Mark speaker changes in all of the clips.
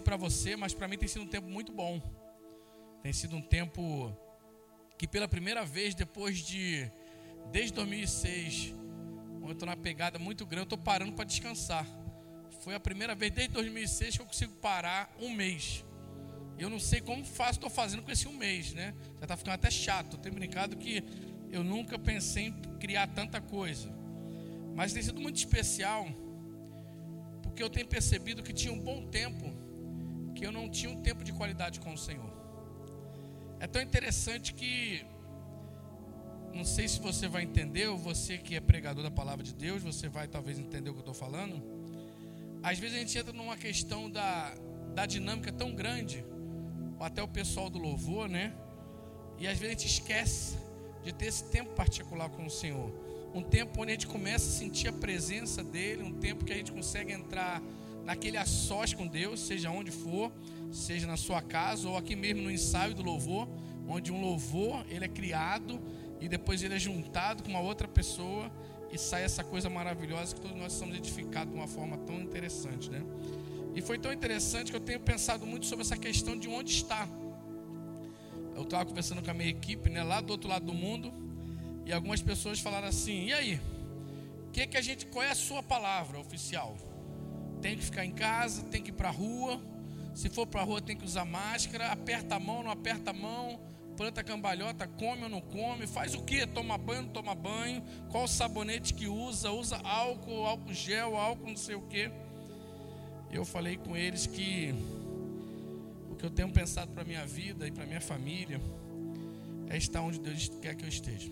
Speaker 1: para você, mas para mim tem sido um tempo muito bom. Tem sido um tempo que pela primeira vez, desde 2006, onde eu estou na pegada muito grande, eu estou parando para descansar. Foi a primeira vez desde 2006 que eu consigo parar um mês. Eu não sei como estou fazendo com esse um mês, né? Já está ficando até chato. Eu tenho brincado que eu nunca pensei em criar tanta coisa. Mas tem sido muito especial, porque eu tenho percebido que tinha um bom tempo que eu não tinha um tempo de qualidade com o Senhor. É tão interessante que, não sei se você vai entender, ou você que é pregador da palavra de Deus, você vai talvez entender o que eu estou falando. Às vezes a gente entra numa questão da dinâmica tão grande, ou até o pessoal do louvor, né? E às vezes a gente esquece de ter esse tempo particular com o Senhor. Um tempo onde a gente começa a sentir a presença dEle, um tempo que a gente consegue entrar naquele a sós com Deus, seja onde for, seja na sua casa ou aqui mesmo no ensaio do louvor, onde um louvor ele é criado e depois ele é juntado com uma outra pessoa e sai essa coisa maravilhosa que todos nós somos edificados de uma forma tão interessante, né? E foi tão interessante que eu tenho pensado muito sobre essa questão de onde está. Eu estava conversando com a minha equipe, né, lá do outro lado do mundo, e algumas pessoas falaram assim: e aí? Qual é a sua palavra oficial? Tem que ficar em casa, tem que ir para a rua. Se for para a rua tem que usar máscara. Aperta a mão, não aperta a mão. Planta cambalhota, come ou não come. Faz o quê? Toma banho, não toma banho. Qual o sabonete que usa? Usa álcool gel, álcool não sei o quê. Eu falei com eles que o que eu tenho pensado para a minha vida e para a minha família é estar onde Deus quer que eu esteja.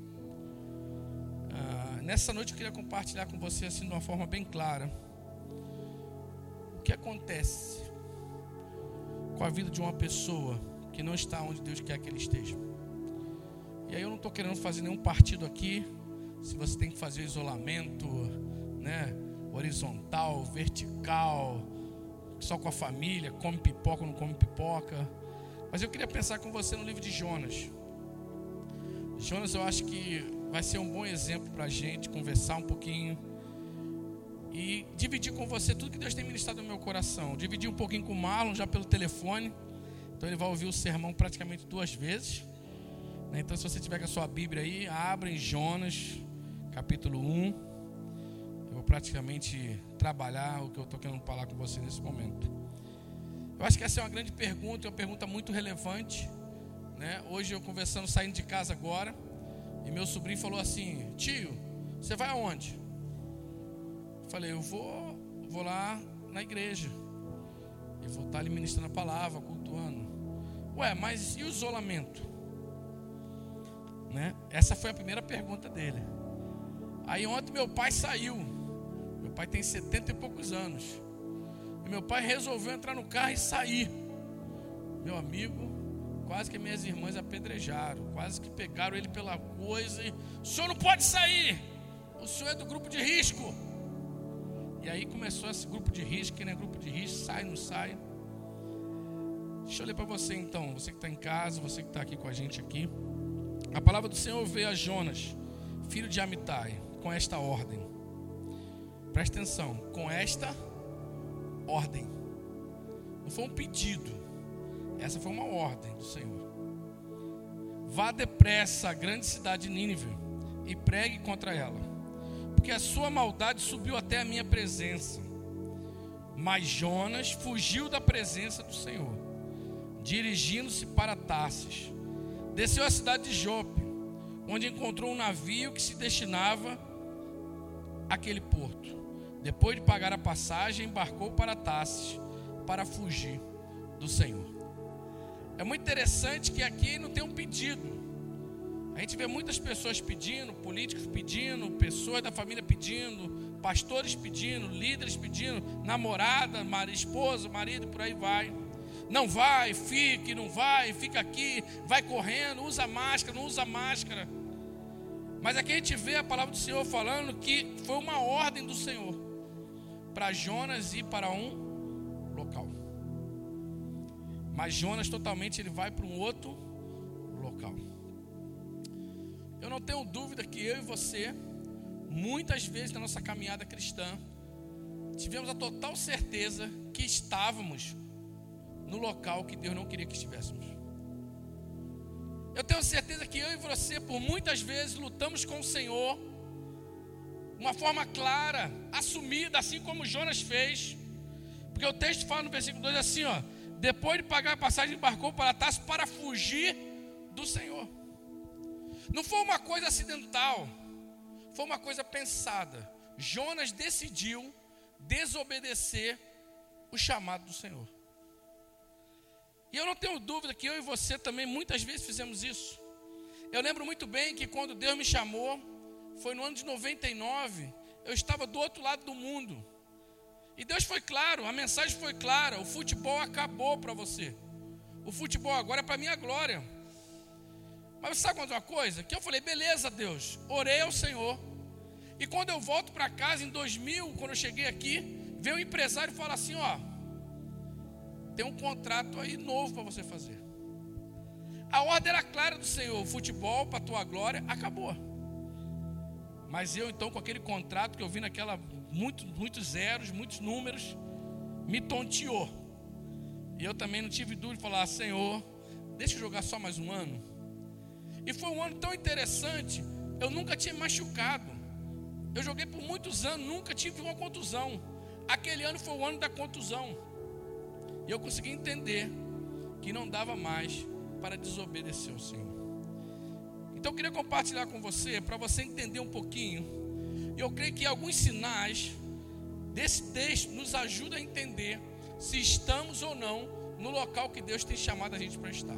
Speaker 1: Nessa noite eu queria compartilhar com você assim de uma forma bem clara o que acontece com a vida de uma pessoa que não está onde Deus quer que ele esteja. E aí eu não estou querendo fazer nenhum partido aqui, se você tem que fazer isolamento, né, horizontal, vertical, só com a família, come pipoca ou não come pipoca. Mas eu queria pensar com você no livro de Jonas. Jonas, eu acho que vai ser um bom exemplo para a gente conversar um pouquinho e dividir com você tudo que Deus tem ministrado no meu coração. Dividir um pouquinho com o Marlon já pelo telefone, então ele vai ouvir o sermão praticamente 2 vezes, né? Então se você tiver com a sua Bíblia aí, abra em Jonas capítulo 1. Eu vou praticamente trabalhar o que eu estou querendo falar com você nesse momento. Eu acho que essa é uma grande pergunta, é uma pergunta muito relevante, né? Hoje eu conversando, saindo de casa agora, e meu sobrinho falou assim: tio, você vai aonde? Eu falei: eu vou lá na igreja. Eu vou estar ali ministrando a palavra, cultuando. Ué, mas e o isolamento? Né? Essa foi a primeira pergunta dele. Aí ontem meu pai saiu. Meu pai tem 70 e poucos anos. E meu pai resolveu entrar no carro e sair. Meu amigo, quase que minhas irmãs apedrejaram, quase que pegaram ele pela coisa e: o senhor não pode sair, o senhor é do grupo de risco. E aí começou esse grupo de risco, que não é grupo de risco, sai, não sai. Deixa eu ler para você então, você que está em casa, você que está aqui com a gente aqui. A palavra do Senhor veio a Jonas, filho de Amitai, com esta ordem. Presta atenção, com esta ordem. Não foi um pedido, essa foi uma ordem do Senhor. Vá depressa à grande cidade de Nínive e pregue contra ela, porque a sua maldade subiu até a minha presença. Mas Jonas fugiu da presença do Senhor, dirigindo-se para Tarsis. Desceu à cidade de Jope, onde encontrou um navio que se destinava àquele porto. Depois de pagar a passagem, embarcou para Tarsis para fugir do Senhor. É muito interessante que aqui não tem um pedido. A gente vê muitas pessoas pedindo, políticos pedindo, pessoas da família pedindo, pastores pedindo, líderes pedindo, namorada, esposa, marido, por aí vai. Não vai, fique, não vai, fica aqui, vai correndo, usa máscara, não usa máscara. Mas aqui a gente vê a palavra do Senhor falando que foi uma ordem do Senhor para Jonas ir para um local. Mas Jonas totalmente ele vai para um outro local. Eu não tenho dúvida que eu e você, muitas vezes na nossa caminhada cristã, tivemos a total certeza que estávamos no local que Deus não queria que estivéssemos. Eu tenho certeza que eu e você, por muitas vezes, lutamos com o Senhor, de uma forma clara, assumida, assim como Jonas fez. Porque o texto fala no versículo 2 assim, ó: depois de pagar a passagem, embarcou para Tarso para fugir do Senhor. Não foi uma coisa acidental, foi uma coisa pensada. Jonas decidiu desobedecer o chamado do Senhor. E eu não tenho dúvida que eu e você também muitas vezes fizemos isso. Eu lembro muito bem que quando Deus me chamou, foi no ano de 99, eu estava do outro lado do mundo. E Deus foi claro, a mensagem foi clara: o futebol acabou para você. O futebol agora é para a minha glória. Mas você sabe uma coisa? Que eu falei: beleza, Deus, orei ao Senhor. E quando eu volto para casa em 2000, quando eu cheguei aqui, veio um empresário e fala assim: ó, tem um contrato aí novo para você fazer. A ordem era clara do Senhor: o futebol para a tua glória acabou. Mas eu então, com aquele contrato que eu vi naquela, muitos zeros, muitos números, me tonteou. E eu também não tive dúvida de falar: Senhor, deixa eu jogar só mais um ano. E foi um ano tão interessante. Eu nunca tinha machucado. Eu joguei por muitos anos, nunca tive uma contusão. Aquele ano foi o ano da contusão. E eu consegui entender que não dava mais para desobedecer ao Senhor. Então eu queria compartilhar com você, para você entender um pouquinho. E eu creio que alguns sinais desse texto nos ajudam a entender se estamos ou não no local que Deus tem chamado a gente para estar.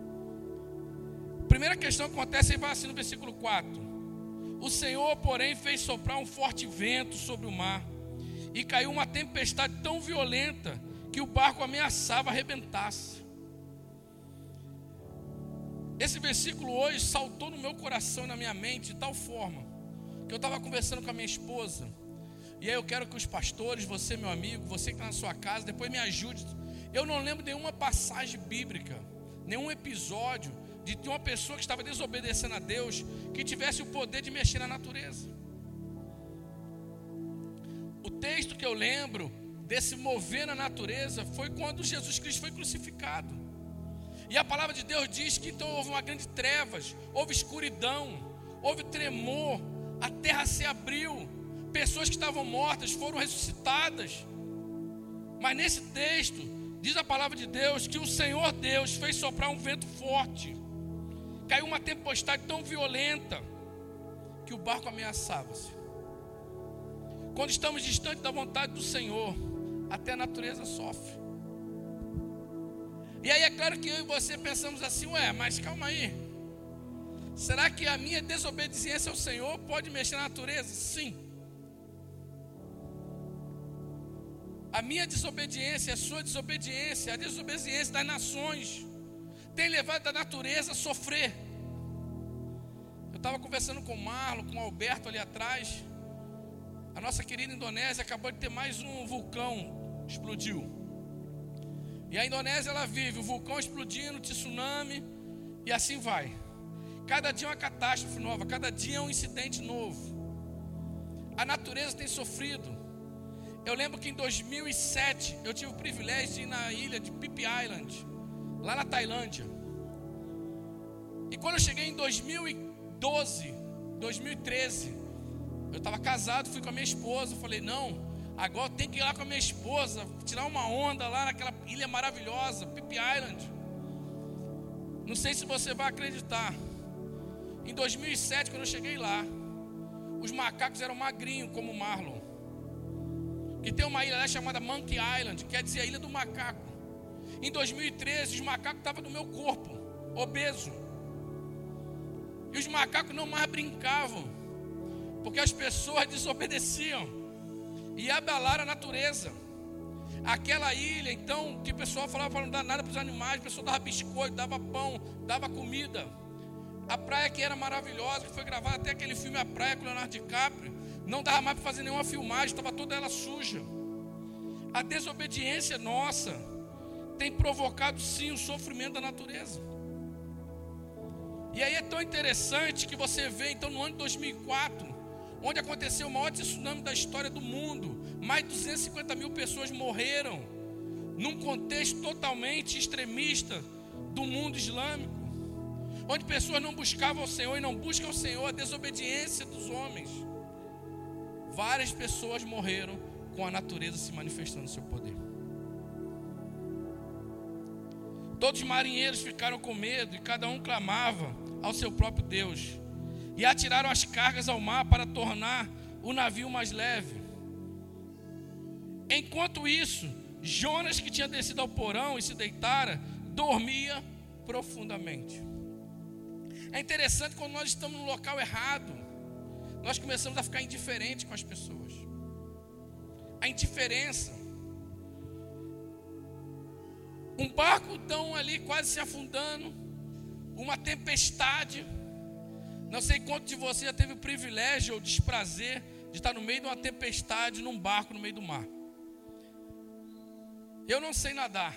Speaker 1: A primeira questão que acontece, vai assim no versículo 4. O Senhor, porém, fez soprar um forte vento sobre o mar, e caiu uma tempestade tão violenta que o barco ameaçava arrebentasse. Esse versículo hoje saltou no meu coração e na minha mente de tal forma que eu estava conversando com a minha esposa. E aí eu quero que os pastores, você meu amigo, você que está na sua casa, depois me ajude. Eu não lembro nenhuma passagem bíblica, nenhum episódio de uma pessoa que estava desobedecendo a Deus, que tivesse o poder de mexer na natureza. O texto que eu lembro desse mover na natureza foi quando Jesus Cristo foi crucificado. E a palavra de Deus diz que então houve uma grande trevas, houve escuridão, houve tremor, a terra se abriu, pessoas que estavam mortas foram ressuscitadas. Mas nesse texto, diz a palavra de Deus que o Senhor Deus fez soprar um vento forte, caiu uma tempestade tão violenta que o barco ameaçava-se. Quando estamos distantes da vontade do Senhor, até a natureza sofre. E aí é claro que eu e você pensamos assim: ué, mas calma aí, será que a minha desobediência ao Senhor pode mexer na natureza? Sim. A minha desobediência, a sua desobediência, a desobediência das nações tem levado a natureza a sofrer. Eu estava conversando com o Marlon, com o Alberto ali atrás. A nossa querida Indonésia acabou de ter mais um vulcão, explodiu. E a Indonésia, ela vive o vulcão explodindo, tsunami, e assim vai. Cada dia é uma catástrofe nova, cada dia é um incidente novo. A natureza tem sofrido. Eu lembro que em 2007, eu tive o privilégio de ir na ilha de Phi Phi Island, lá na Tailândia. E quando eu cheguei em 2012, 2013, eu estava casado, fui com a minha esposa, falei: não, agora eu tenho que ir lá com a minha esposa, tirar uma onda lá naquela ilha maravilhosa, Phi Phi Island. Não sei se você vai acreditar. Em 2007, quando eu cheguei lá, os macacos eram magrinhos, como o Marlon. E tem uma ilha lá chamada Monkey Island, quer dizer a ilha do macaco. Em 2013, os macacos estavam no meu corpo, obeso. E os macacos não mais brincavam, porque as pessoas desobedeciam e abalaram a natureza. Aquela ilha, então, que o pessoal falava para não dar nada para os animais, o pessoal dava biscoito, dava pão, dava comida. A praia que era maravilhosa, que foi gravada até aquele filme A Praia com Leonardo DiCaprio, não dava mais para fazer nenhuma filmagem, estava toda ela suja. A desobediência nossa tem provocado sim o sofrimento da natureza. E aí é tão interessante que você vê então no ano de 2004, onde aconteceu o maior tsunami da história do mundo, mais de 250 mil pessoas morreram, num contexto totalmente extremista do mundo islâmico, onde pessoas não buscavam o Senhor e não buscam o Senhor, a desobediência dos homens. Várias pessoas morreram com a natureza se manifestando seu poder. Todos os marinheiros ficaram com medo e cada um clamava ao seu próprio Deus. E atiraram as cargas ao mar para tornar o navio mais leve. Enquanto isso, Jonas, que tinha descido ao porão e se deitara, dormia profundamente. É interessante, quando nós estamos no local errado, nós começamos a ficar indiferentes com as pessoas. A indiferença. Um barco então ali quase se afundando, uma tempestade. Não sei quanto de você já teve o privilégio ou desprazer de estar no meio de uma tempestade num barco no meio do mar. Eu não sei nadar.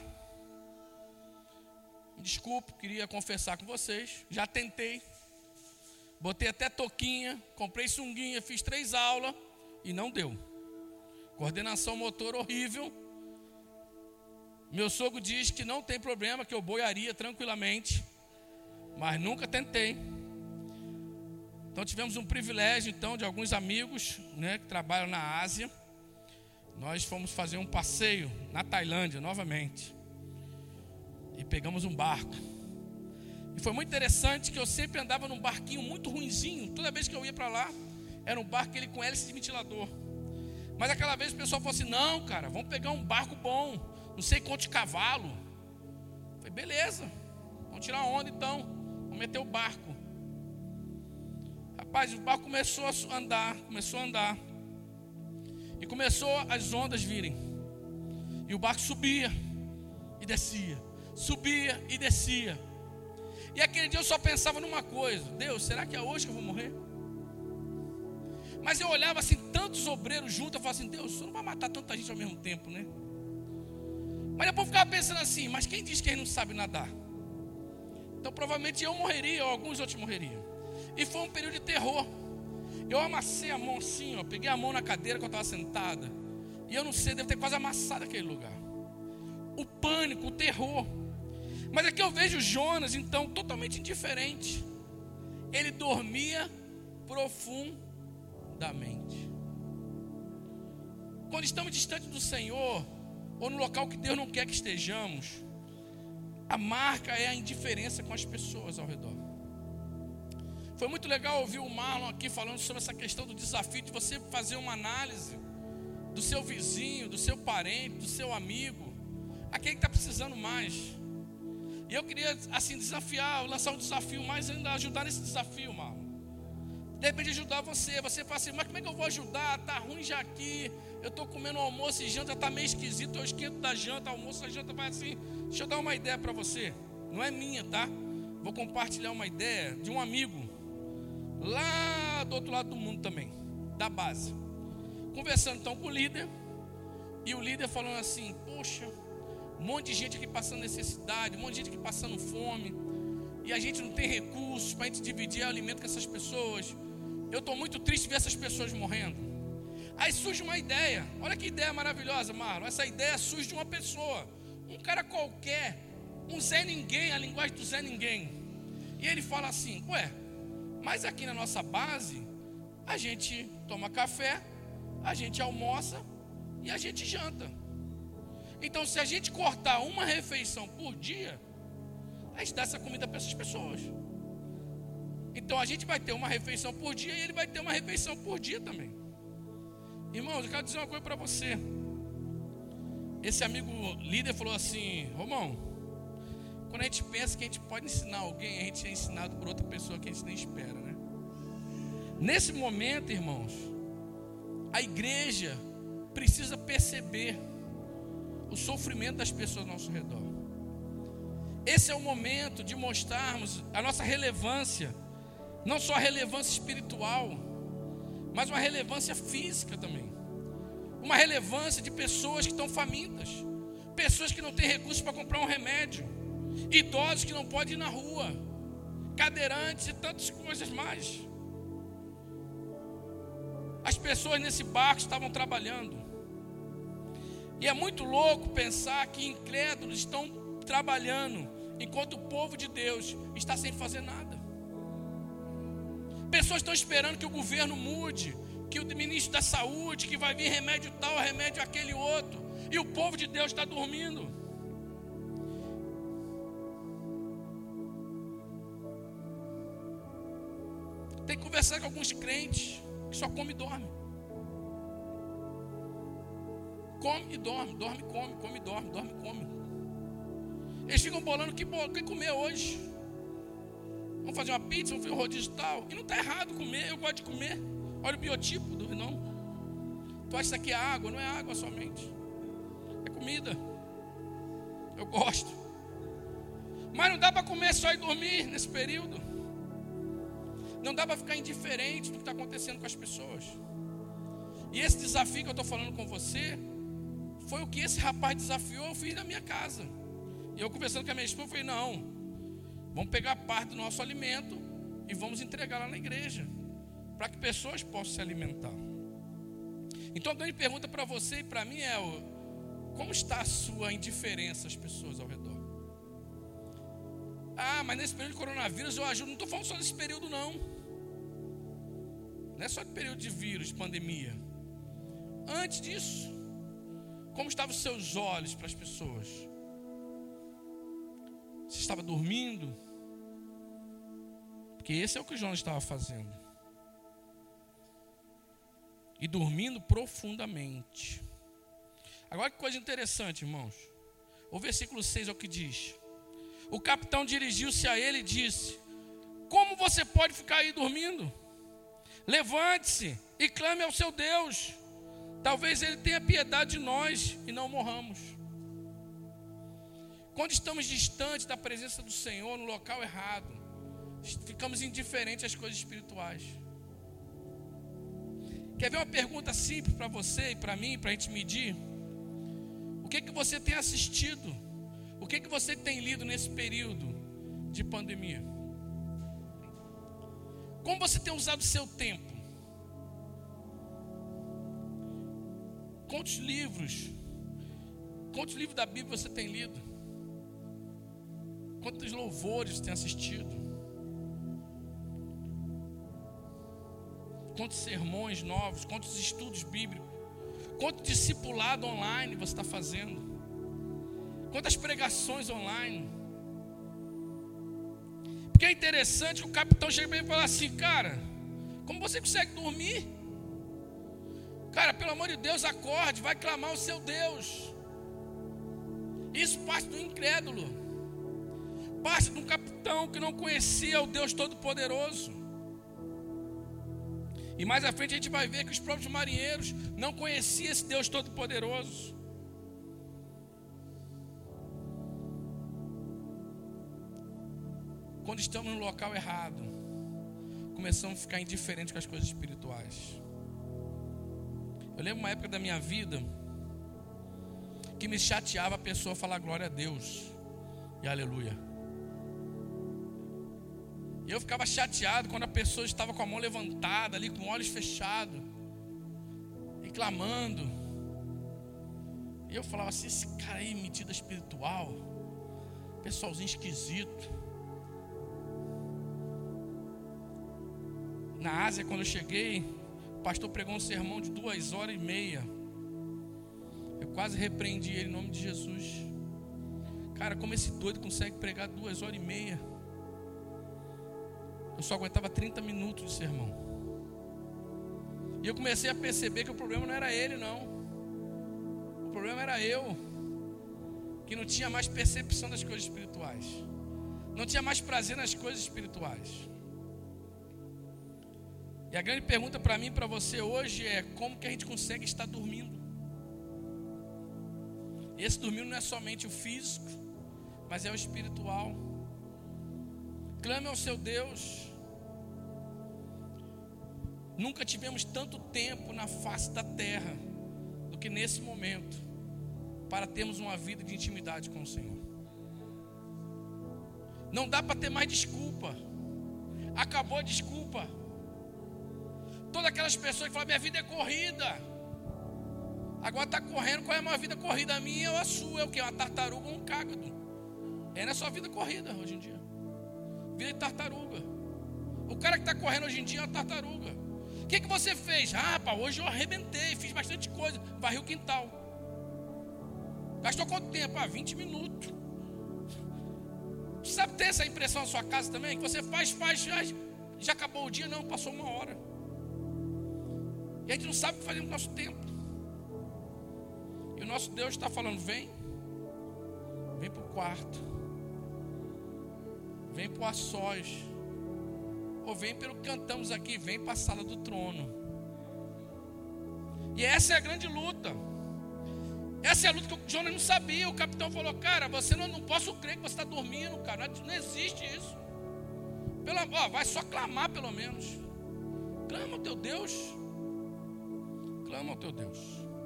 Speaker 1: Me desculpe, queria confessar com vocês. Já tentei. Botei até toquinha, comprei sunguinha, fiz 3 aulas e não deu. Coordenação motor horrível. Meu sogro diz que não tem problema, que eu boiaria tranquilamente, mas nunca tentei. Então tivemos um privilégio então de alguns amigos, né, que trabalham na Ásia. Nós fomos fazer um passeio na Tailândia novamente e pegamos um barco. E foi muito interessante que eu sempre andava num barquinho muito ruinzinho. Toda vez que eu ia para lá, era um barco ele com hélice de ventilador. Mas aquela vez o pessoal falou assim: não, cara, vamos pegar um barco bom, não sei quantos cavalos. Eu falei, beleza, vamos tirar onda então, vamos meter o barco. Rapaz, o barco começou a andar. E começou as ondas virem. E o barco subia e descia, subia e descia. E aquele dia eu só pensava numa coisa: Deus, será que é hoje que eu vou morrer? Mas eu olhava assim, tantos obreiros juntos, eu falava assim: Deus, o Senhor não vai matar tanta gente ao mesmo tempo, né? Mas depois eu ficava pensando assim: mas quem diz que ele não sabe nadar? Então provavelmente eu morreria, ou alguns outros morreriam. E foi um período de terror. Eu amassei a mão assim, ó, peguei a mão na cadeira que eu estava sentada. E eu não sei, deve ter quase amassado aquele lugar. O pânico, o terror. Mas aqui eu vejo Jonas, então, totalmente indiferente. Ele dormia profundamente. Quando estamos distante do Senhor, ou no local que Deus não quer que estejamos, a marca é a indiferença com as pessoas ao redor. Foi muito legal ouvir o Marlon aqui falando sobre essa questão do desafio de você fazer uma análise do seu vizinho, do seu parente, do seu amigo, aquele que está precisando mais. E eu queria assim desafiar, lançar um desafio, mais ainda ajudar nesse desafio, Marlon. De repente ajudar você. Você fala assim: mas como é que eu vou ajudar? Está ruim já aqui. Eu estou comendo almoço e janta, está meio esquisito. Eu esquento da janta, almoço, a janta vai assim. Deixa eu dar uma ideia para você. Não é minha, tá? Vou compartilhar uma ideia de um amigo lá do outro lado do mundo também, da base. Conversando então com o líder. E o líder falando assim: poxa, um monte de gente aqui passando necessidade, um monte de gente aqui passando fome, e a gente não tem recursos para a gente dividir o alimento com essas pessoas. Eu estou muito triste de ver essas pessoas morrendo. Aí surge uma ideia. Olha que ideia maravilhosa, Marlon. Essa ideia surge de uma pessoa, um cara qualquer, um Zé Ninguém, a linguagem do Zé Ninguém. E ele fala assim: ué, mas aqui na nossa base a gente toma café, a gente almoça e a gente janta. Então, se a gente cortar uma refeição por dia, a gente dá essa comida para essas pessoas. Então, a gente vai ter uma refeição por dia e ele vai ter uma refeição por dia também. Irmãos, eu quero dizer uma coisa para você. Esse amigo líder falou assim: Romão, quando a gente pensa que a gente pode ensinar alguém, a gente é ensinado por outra pessoa que a gente nem espera, né? Nesse momento, irmãos, a igreja precisa perceber o sofrimento das pessoas ao nosso redor. Esse é o momento de mostrarmos a nossa relevância, não só a relevância espiritual, mas uma relevância física também. Uma relevância de pessoas que estão famintas, pessoas que não têm recursos para comprar um remédio, idosos que não podem ir na rua, cadeirantes e tantas coisas mais. As pessoas nesse barco estavam trabalhando. E é muito louco pensar que incrédulos estão trabalhando, enquanto o povo de Deus está sem fazer nada. Pessoas estão esperando que o governo mude, que o ministro da saúde, que vai vir remédio tal, remédio aquele outro, e o povo de Deus está dormindo. Tem que conversar com alguns crentes que só come e dorme. Come e dorme, dorme e come, come e dorme, dorme e come. Eles ficam bolando o que comer hoje. Vamos fazer uma pizza, vamos fazer um rodízio e tal. E não está errado comer, eu gosto de comer. Olha o biotipo, não. Tu acha que isso aqui é água? Não é água somente. É comida. Eu gosto. Mas não dá para comer só e dormir nesse período. Não dá para ficar indiferente do que está acontecendo com as pessoas. E esse desafio que eu estou falando com você, foi o que esse rapaz desafiou, eu fiz na minha casa. E eu conversando com a minha esposa, eu falei, não, vamos pegar parte do nosso alimento e vamos entregar lá na igreja, para que pessoas possam se alimentar. Então a grande pergunta para você e para mim é, como está a sua indiferença às pessoas ao redor? Ah, mas nesse período de coronavírus eu ajudo. Não estou falando só desse período não. Não é só de período de vírus, de pandemia. Antes disso, como estavam os seus olhos para as pessoas? Você estava dormindo? Porque esse é o que o Jonas estava fazendo. E dormindo profundamente. Agora que coisa interessante, irmãos. O versículo 6 é o que diz. O capitão dirigiu-se a ele e disse: como você pode ficar aí dormindo? Levante-se e clame ao seu Deus. Talvez ele tenha piedade de nós e não morramos. Quando estamos distantes da presença do Senhor, no local errado, ficamos indiferentes às coisas espirituais. Quer ver uma pergunta simples para você e para mim, para a gente medir? O que você tem assistido? O que você tem lido nesse período de pandemia? Como você tem usado o seu tempo? Quantos livros da Bíblia você tem lido? Quantos louvores você tem assistido? Quantos sermões novos? Quantos estudos bíblicos? Quanto discipulado online você está fazendo? Quantas pregações online? Porque é interessante que o capitão chega para ele e fala assim: cara, como você consegue dormir? Cara, pelo amor de Deus, acorde, vai clamar ao seu Deus. Isso parte do incrédulo. Parte de um capitão que não conhecia o Deus Todo-Poderoso. E mais à frente a gente vai ver que os próprios marinheiros não conheciam esse Deus Todo-Poderoso. Quando estamos no local errado, começamos a ficar indiferentes com as coisas espirituais. Eu lembro uma época da minha vida que me chateava a pessoa falar glória a Deus e aleluia. E eu ficava chateado quando a pessoa estava com a mão levantada ali, com olhos fechados, reclamando. E eu falava assim: esse cara aí, metida espiritual, pessoalzinho esquisito. Na Ásia, quando eu cheguei, o pastor pregou um sermão de 2h30. Eu quase repreendi ele em nome de Jesus. Cara, como esse doido consegue pregar 2h30? Eu só aguentava 30 minutos de sermão. E eu comecei a perceber que o problema não era ele, não. O problema era eu, que não tinha mais percepção das coisas espirituais. Não tinha mais prazer nas coisas espirituais. E a grande pergunta para mim e para você hoje é: como que a gente consegue estar dormindo? E esse dormindo não é somente o físico, mas é o espiritual. Clame ao seu Deus. Nunca tivemos tanto tempo na face da terra do que nesse momento para termos uma vida de intimidade com o Senhor. Não dá para ter mais desculpa. Acabou a desculpa. Todas aquelas pessoas que falam: minha vida é corrida. Agora está correndo, qual é a maior vida corrida? A minha ou a sua? É o quê? Uma tartaruga ou um cágado? É na sua vida corrida hoje em dia. Vida de tartaruga. O cara que está correndo hoje em dia é uma tartaruga. O que você fez? Rapaz, hoje eu arrebentei, fiz bastante coisa. Varri o quintal. Gastou quanto tempo? 20 minutos. Sabe ter essa impressão na sua casa também? Que você faz, já acabou o dia? Não, passou 1 hora. E a gente não sabe o que fazer com o nosso tempo. E o nosso Deus está falando, vem para o quarto, vem para o a sós, ou vem pelo que cantamos aqui, vem para a sala do trono. E essa é a grande luta. Essa é a luta que o Jonas não sabia. O capitão falou, cara, você não posso crer que você está dormindo, cara, não existe isso. Vai só clamar pelo menos. Clama ao teu Deus. Clama ao teu Deus.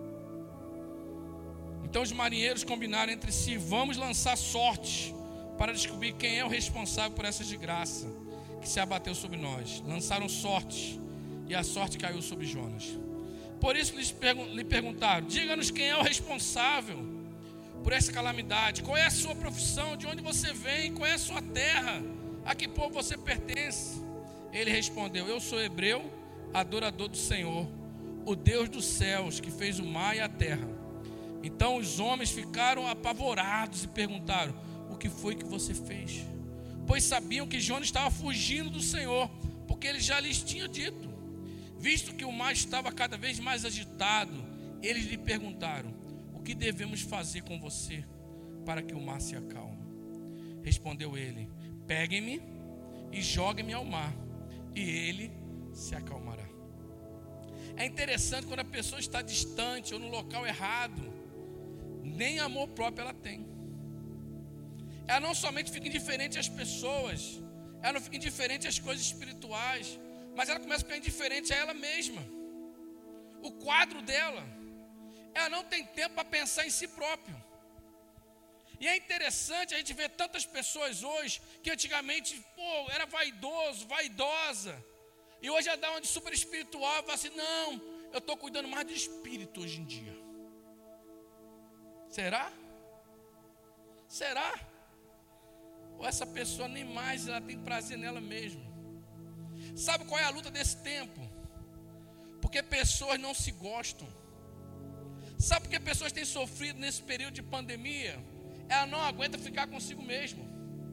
Speaker 1: Então os marinheiros combinaram entre si, vamos lançar sorte para descobrir quem é o responsável por essa desgraça que se abateu sobre nós. Lançaram sorte e a sorte caiu sobre Jonas. Por isso lhe perguntaram, diga-nos quem é o responsável por essa calamidade, qual é a sua profissão, de onde você vem, qual é a sua terra, a que povo você pertence. Ele respondeu, eu sou hebreu, adorador do Senhor, o Deus dos céus, que fez o mar e a terra. Então os homens ficaram apavorados e perguntaram, o que foi que você fez? Pois sabiam que Jonas estava fugindo do Senhor, porque ele já lhes tinha dito. Visto que o mar estava cada vez mais agitado, eles lhe perguntaram, o que devemos fazer com você para que o mar se acalme? Respondeu ele, peguem-me e joguem-me ao mar, e ele se acalmará. É interessante quando a pessoa está distante ou no local errado, nem amor próprio ela tem. Ela não somente fica indiferente às pessoas, ela não fica indiferente às coisas espirituais, mas ela começa a ficar indiferente a ela mesma. O quadro dela, ela não tem tempo para pensar em si próprio. E é interessante a gente ver tantas pessoas hoje que antigamente, era vaidoso, vaidosa, e hoje ela dá uma de super espiritual e fala assim, não, eu estou cuidando mais do espírito hoje em dia. Será? Será? Ou essa pessoa nem mais ela tem prazer nela mesma? Sabe qual é a luta desse tempo? Porque pessoas não se gostam. Sabe por que pessoas têm sofrido nesse período de pandemia? Ela não aguenta ficar consigo mesma.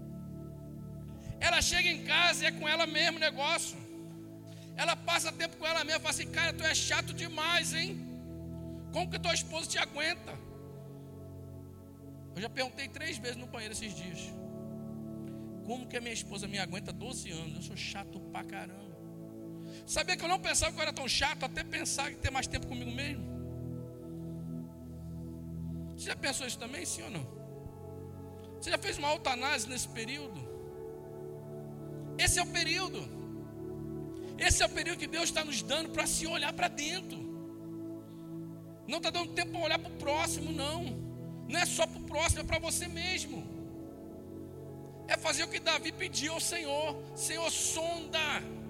Speaker 1: Ela chega em casa e é com ela mesmo o negócio. Ela passa tempo com ela mesma e fala assim, cara, tu é chato demais, hein? Como que tua esposa te aguenta? Eu já perguntei 3 vezes no banheiro esses dias. Como que a minha esposa me aguenta 12 anos? Eu sou chato pra caramba. Sabia que eu não pensava que eu era tão chato, até pensar em ter mais tempo comigo mesmo? Você já pensou isso também, sim ou não? Você já fez uma autoanálise nesse período? Esse é o período. Esse é o período que Deus está nos dando para se olhar para dentro. Não está dando tempo para olhar para o próximo, não. Não é só para o próximo, é para você mesmo. É fazer o que Davi pediu ao Senhor. Senhor, sonda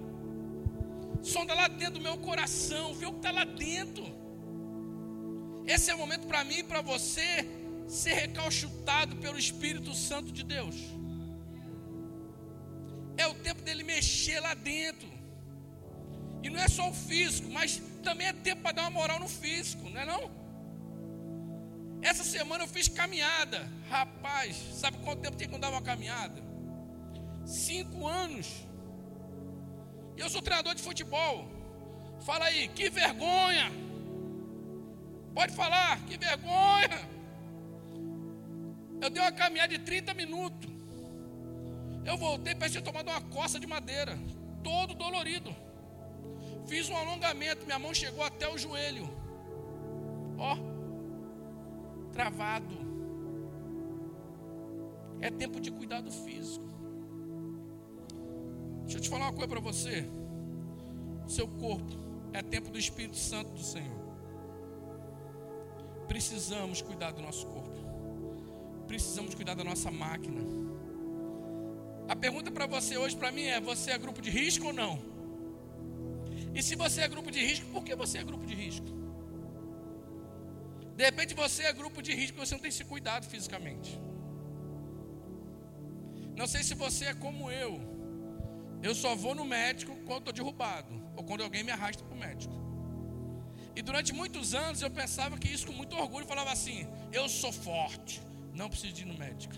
Speaker 1: lá dentro do meu coração, vê o que está lá dentro. Esse é o momento para mim e para você ser recalchutado pelo Espírito Santo de Deus. É o tempo dele mexer lá dentro. E não é só o físico, mas também é tempo para dar uma moral no físico, não é não? Essa semana eu fiz caminhada. Rapaz, sabe quanto tempo tem que andar uma caminhada? 5 anos. E eu sou treinador de futebol. Fala aí, que vergonha. Pode falar, que vergonha. Eu dei uma caminhada de 30 minutos. Eu voltei, parecia ter tomado uma coça de madeira, todo dolorido. Fiz um alongamento, minha mão chegou até o joelho. Travado. É tempo de cuidar do físico. Deixa eu te falar uma coisa para você. Seu corpo é tempo do Espírito Santo do Senhor. Precisamos cuidar do nosso corpo. Precisamos cuidar da nossa máquina. A pergunta para você hoje, para mim, é: você é grupo de risco ou não? E se você é grupo de risco, por que você é grupo de risco? De repente você é grupo de risco, você não tem se cuidado fisicamente. Não sei se você é como eu. Eu só vou no médico quando estou derrubado, ou quando alguém me arrasta para o médico. E durante muitos anos eu pensava que isso com muito orgulho, falava assim: eu sou forte, não preciso de ir no médico.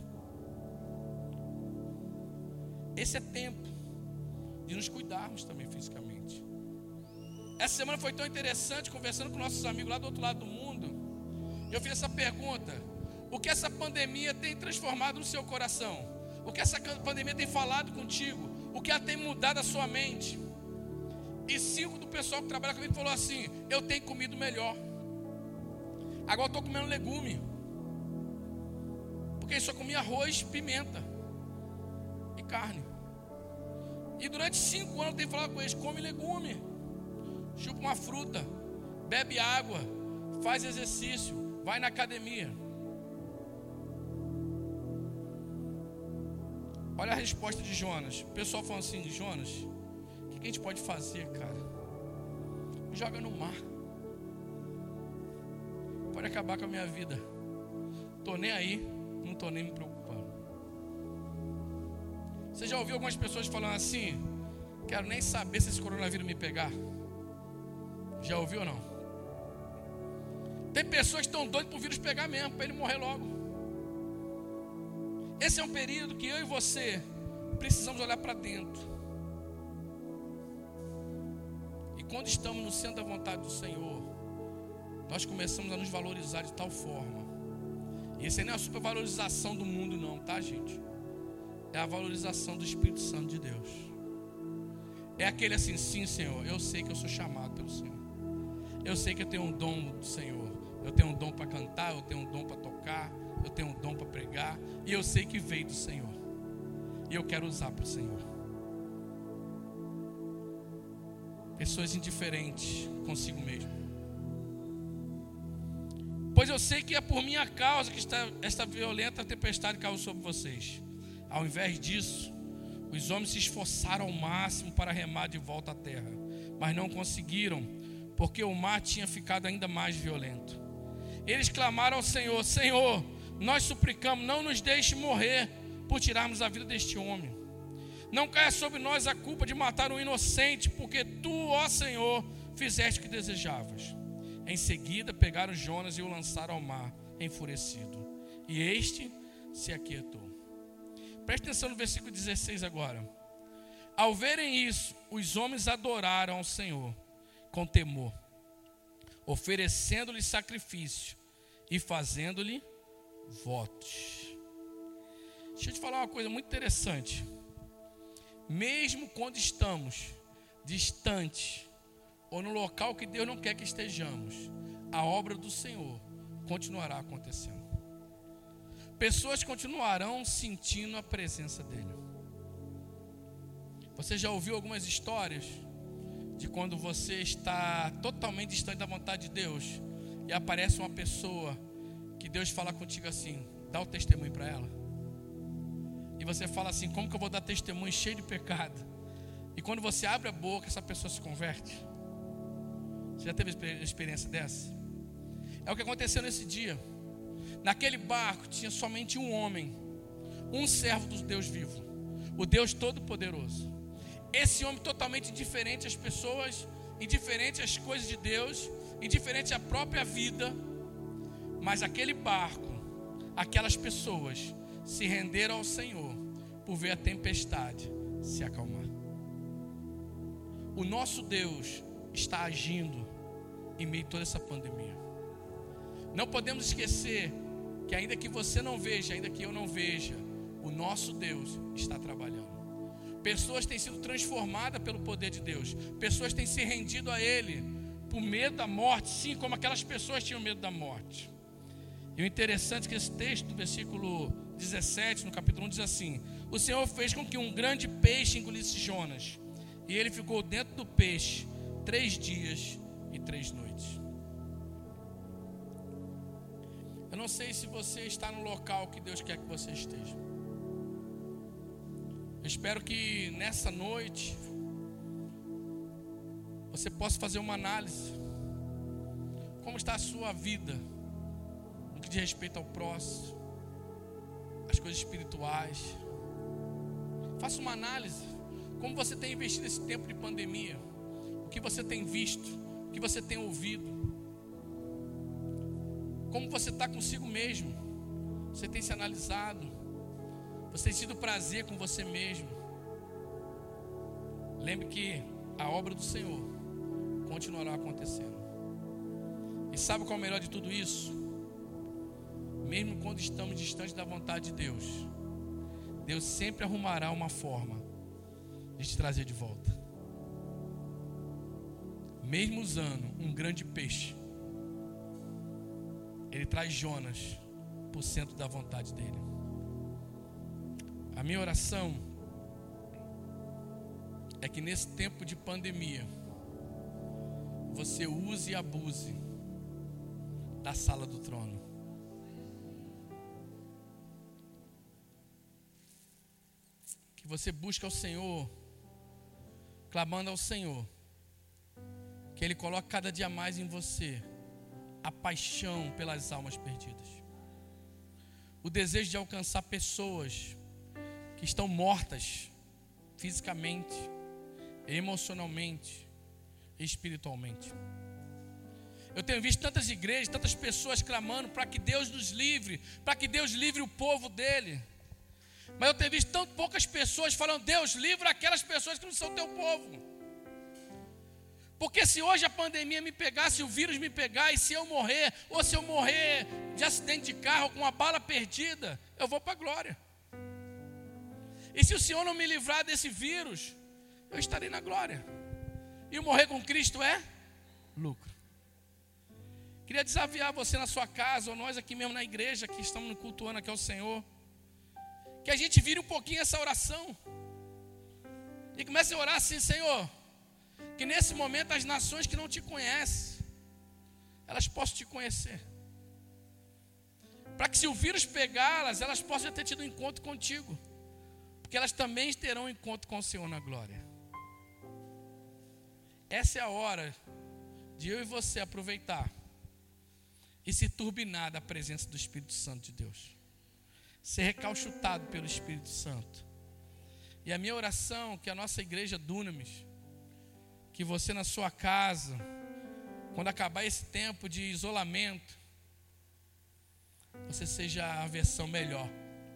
Speaker 1: Esse é tempo de nos cuidarmos também fisicamente. Essa semana foi tão interessante, conversando com nossos amigos lá do outro lado do mundo. Eu fiz essa pergunta: o que essa pandemia tem transformado no seu coração? O que essa pandemia tem falado contigo? O que ela tem mudado a sua mente? E 5 do pessoal que trabalha comigo falou assim: eu tenho comido melhor. Agora eu estou comendo legume. Porque eu só comia arroz, pimenta e carne. E durante 5 anos eu tenho falado com eles: come legume, chupa uma fruta, bebe água, faz exercício, vai na academia. Olha a resposta de Jonas. O pessoal falando assim: Jonas, o que a gente pode fazer, cara? Joga no mar. Pode acabar com a minha vida. Tô nem aí, não tô nem me preocupando. Você já ouviu algumas pessoas falando assim: quero nem saber se esse coronavírus me pegar? Já ouviu ou não? Tem pessoas que estão doidas para o vírus pegar mesmo, para ele morrer logo. Esse é um período que eu e você precisamos olhar para dentro. E quando estamos no centro da vontade do Senhor, nós começamos a nos valorizar de tal forma. E esse não é a supervalorização do mundo não, tá, gente? É a valorização do Espírito Santo de Deus. É aquele assim: sim, Senhor, eu sei que eu sou chamado pelo Senhor. Eu sei que eu tenho um dom do Senhor. Eu tenho um dom para cantar, eu tenho um dom para tocar, eu tenho um dom para pregar, e eu sei que veio do Senhor, e eu quero usar para o Senhor. Pessoas indiferentes consigo mesmo. Pois eu sei que é por minha causa que esta violenta tempestade caiu sobre vocês. Ao invés disso, os homens se esforçaram ao máximo para remar de volta à terra, mas não conseguiram, porque o mar tinha ficado ainda mais violento. Eles clamaram ao Senhor: Senhor, nós suplicamos, não nos deixe morrer por tirarmos a vida deste homem. Não caia sobre nós a culpa de matar um inocente, porque tu, ó Senhor, fizeste o que desejavas. Em seguida pegaram Jonas e o lançaram ao mar, enfurecido. E este se aquietou. Preste atenção no versículo 16 agora. Ao verem isso, os homens adoraram ao Senhor com temor, oferecendo-lhe sacrifício e fazendo-lhe votos. Deixa eu te falar uma coisa muito interessante. Mesmo quando estamos distantes ou no local que Deus não quer que estejamos, a obra do Senhor continuará acontecendo. Pessoas continuarão sentindo a presença dele. Você já ouviu algumas histórias de quando você está totalmente distante da vontade de Deus e aparece uma pessoa que Deus fala contigo assim: dá o testemunho para ela. E você fala assim: como que eu vou dar testemunho cheio de pecado? E quando você abre a boca, essa pessoa se converte. Você já teve experiência dessa? É o que aconteceu nesse dia. Naquele barco tinha somente um homem, um servo do Deus vivo, o Deus Todo-Poderoso. Esse homem totalmente indiferente às pessoas, indiferente às coisas de Deus, indiferente à própria vida. Mas aquele barco, aquelas pessoas se renderam ao Senhor por ver a tempestade se acalmar. O nosso Deus está agindo em meio a toda essa pandemia. Não podemos esquecer que ainda que você não veja, ainda que eu não veja, o nosso Deus está trabalhando. Pessoas têm sido transformadas pelo poder de Deus. Pessoas têm se rendido a Ele por medo da morte, sim, como aquelas pessoas tinham medo da morte. E o interessante é que esse texto do versículo 17, no capítulo 1, diz assim: o Senhor fez com que um grande peixe engolisse Jonas, e ele ficou dentro do peixe 3 dias e 3 noites. Eu não sei se você está no local que Deus quer que você esteja. Eu espero que nessa noite você possa fazer uma análise. Como está a sua vida? que diz respeito ao próximo, as coisas espirituais. Faça uma análise. Como você tem investido esse tempo de pandemia? O que você tem visto? O que você tem ouvido? Como você está consigo mesmo? Você tem se analisado? Você tem tido prazer com você mesmo? Lembre que a obra do Senhor continuará acontecendo. E sabe qual é o melhor de tudo isso? Mesmo quando estamos distantes da vontade de Deus, Deus sempre arrumará uma forma de te trazer de volta. Mesmo usando um grande peixe, Ele traz Jonas para o centro da vontade dEle. A minha oração é que nesse tempo de pandemia, você use e abuse da sala do trono. Que você busque ao Senhor, clamando ao Senhor, que Ele coloque cada dia mais em você a paixão pelas almas perdidas, o desejo de alcançar pessoas que estão mortas fisicamente, emocionalmente e espiritualmente. Eu tenho visto tantas igrejas, tantas pessoas clamando para que Deus nos livre, para que Deus livre o povo dele. Mas eu tenho visto tão poucas pessoas falando: Deus, livra aquelas pessoas que não são teu povo. Porque se hoje a pandemia me pegar, se o vírus me pegar, e se eu morrer, ou se eu morrer de acidente de carro com uma bala perdida, eu vou para a glória. E se o Senhor não me livrar desse vírus, eu estarei na glória. E o morrer com Cristo é lucro. Queria desafiar você na sua casa, ou nós aqui mesmo na igreja, que estamos cultuando aqui ao Senhor, que a gente vire um pouquinho essa oração e comece a orar assim: Senhor, que nesse momento as nações que não te conhecem, elas possam te conhecer, para que se o vírus pegá-las, elas possam já ter tido um encontro contigo, porque elas também terão um encontro com o Senhor na glória. Essa é a hora de eu e você aproveitar e se turbinar da presença do Espírito Santo de Deus, ser recalchutado pelo Espírito Santo. E a minha oração, que a nossa igreja Dunamis, que você na sua casa, quando acabar esse tempo de isolamento, você seja a versão melhor,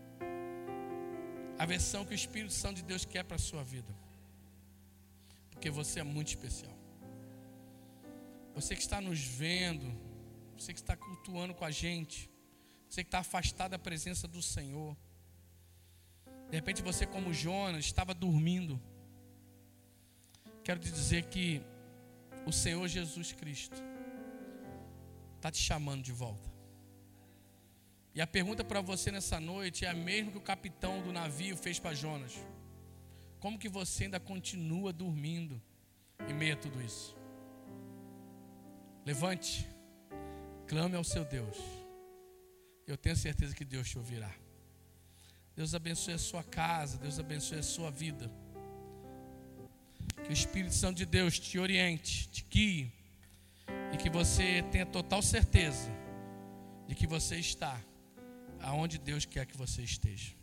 Speaker 1: a versão que o Espírito Santo de Deus quer para a sua vida, porque você é muito especial. Você que está nos vendo, você que está cultuando com a gente, você que está afastado da presença do Senhor, de repente você, como Jonas, estava dormindo. Quero te dizer que o Senhor Jesus Cristo está te chamando de volta. E a pergunta para você nessa noite é a mesma que o capitão do navio fez para Jonas: como que você ainda continua dormindo em meio a tudo isso? Levante, clame ao seu Deus. Eu tenho certeza que Deus te ouvirá. Deus abençoe a sua casa, Deus abençoe a sua vida. Que o Espírito Santo de Deus te oriente, te guie, e que você tenha total certeza de que você está aonde Deus quer que você esteja.